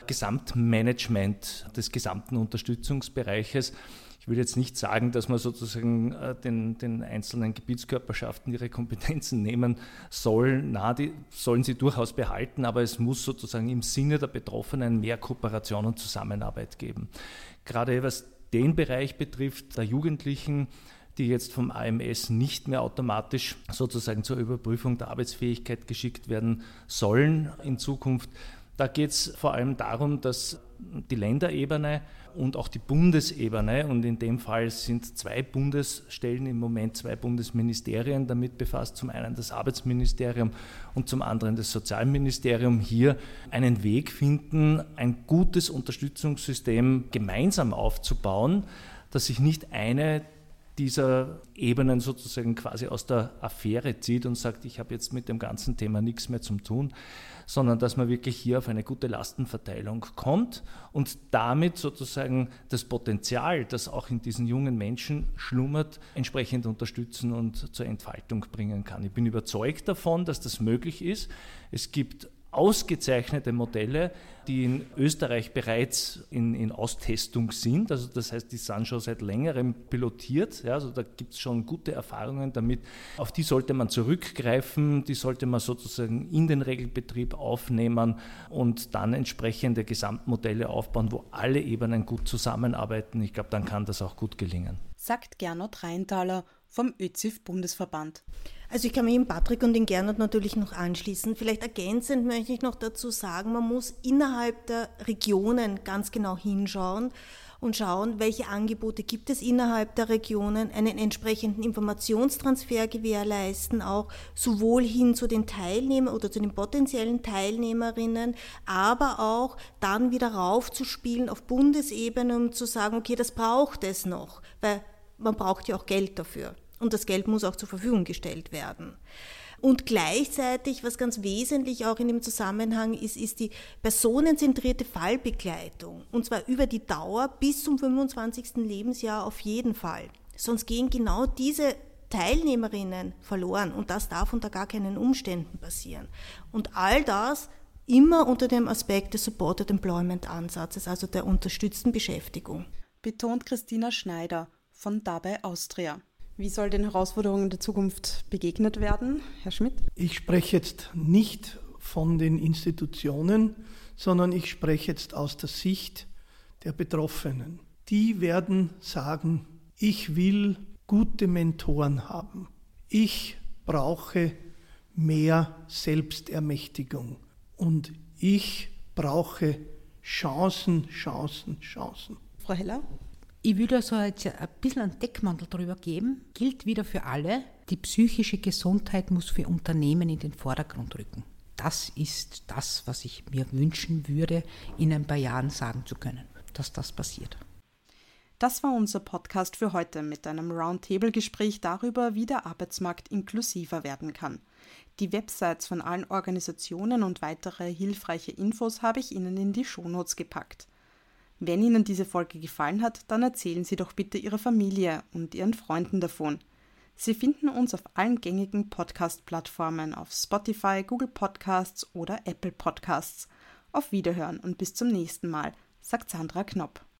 Speaker 6: Gesamtmanagement des gesamten Unterstützungsbereiches. Ich will jetzt nicht sagen, dass man sozusagen den einzelnen Gebietskörperschaften ihre Kompetenzen nehmen soll. Na, die sollen sie durchaus behalten, aber es muss sozusagen im Sinne der Betroffenen mehr Kooperation und Zusammenarbeit geben. Gerade was den Bereich betrifft, der Jugendlichen, die jetzt vom AMS nicht mehr automatisch sozusagen zur Überprüfung der Arbeitsfähigkeit geschickt werden sollen in Zukunft. Da geht es vor allem darum, dass die Länderebene und auch die Bundesebene, und in dem Fall sind 2 Bundesstellen im Moment, 2 Bundesministerien damit befasst, zum einen das Arbeitsministerium und zum anderen das Sozialministerium, hier einen Weg finden, ein gutes Unterstützungssystem gemeinsam aufzubauen, dass sich nicht eine dieser Ebenen sozusagen quasi aus der Affäre zieht und sagt, ich habe jetzt mit dem ganzen Thema nichts mehr zu tun, sondern dass man wirklich hier auf eine gute Lastenverteilung kommt und damit sozusagen das Potenzial, das auch in diesen jungen Menschen schlummert, entsprechend unterstützen und zur Entfaltung bringen kann. Ich bin überzeugt davon, dass das möglich ist. Es gibt ausgezeichnete Modelle, die in Österreich bereits in Austestung sind. Also das heißt, die sind schon seit längerem pilotiert. Ja, also da gibt es schon gute Erfahrungen damit. Auf die sollte man zurückgreifen, die sollte man sozusagen in den Regelbetrieb aufnehmen und dann entsprechende Gesamtmodelle aufbauen, wo alle Ebenen gut zusammenarbeiten. Ich glaube, dann kann das auch gut gelingen.
Speaker 4: Sagt Gernot Reintaler vom ÖZIF-Bundesverband.
Speaker 1: Also ich kann mich dem Patrick und den Gernot natürlich noch anschließen. Vielleicht ergänzend möchte ich noch dazu sagen, man muss innerhalb der Regionen ganz genau hinschauen und schauen, welche Angebote gibt es innerhalb der Regionen, einen entsprechenden Informationstransfer gewährleisten, auch sowohl hin zu den Teilnehmern oder zu den potenziellen Teilnehmerinnen, aber auch dann wieder raufzuspielen auf Bundesebene, um zu sagen, okay, das braucht es noch, weil man braucht ja auch Geld dafür. Und das Geld muss auch zur Verfügung gestellt werden. Und gleichzeitig, was ganz wesentlich auch in dem Zusammenhang ist, ist die personenzentrierte Fallbegleitung. Und zwar über die Dauer bis zum 25. Lebensjahr auf jeden Fall. Sonst gehen genau diese Teilnehmerinnen verloren. Und das darf unter gar keinen Umständen passieren. Und all das immer unter dem Aspekt des Supported Employment Ansatzes, also der unterstützten Beschäftigung.
Speaker 4: Betont Christina Schneider von Dabei Austria. Wie soll den Herausforderungen der Zukunft begegnet werden, Herr Schmidt?
Speaker 8: Ich spreche jetzt nicht von den Institutionen, sondern ich spreche jetzt aus der Sicht der Betroffenen. Die werden sagen, ich will gute Mentoren haben. Ich brauche mehr Selbstermächtigung und ich brauche Chancen.
Speaker 4: Frau Heller?
Speaker 7: Ich würde also jetzt ein bisschen einen Deckmantel drüber geben. Gilt wieder für alle. Die psychische Gesundheit muss für Unternehmen in den Vordergrund rücken. Das ist das, was ich mir wünschen würde, in ein paar Jahren sagen zu können, dass das passiert.
Speaker 4: Das war unser Podcast für heute mit einem Roundtable-Gespräch darüber, wie der Arbeitsmarkt inklusiver werden kann. Die Websites von allen Organisationen und weitere hilfreiche Infos habe ich Ihnen in die Shownotes gepackt. Wenn Ihnen diese Folge gefallen hat, dann erzählen Sie doch bitte Ihrer Familie und Ihren Freunden davon. Sie finden uns auf allen gängigen Podcast-Plattformen, auf Spotify, Google Podcasts oder Apple Podcasts. Auf Wiederhören und bis zum nächsten Mal, sagt Sandra Knopp.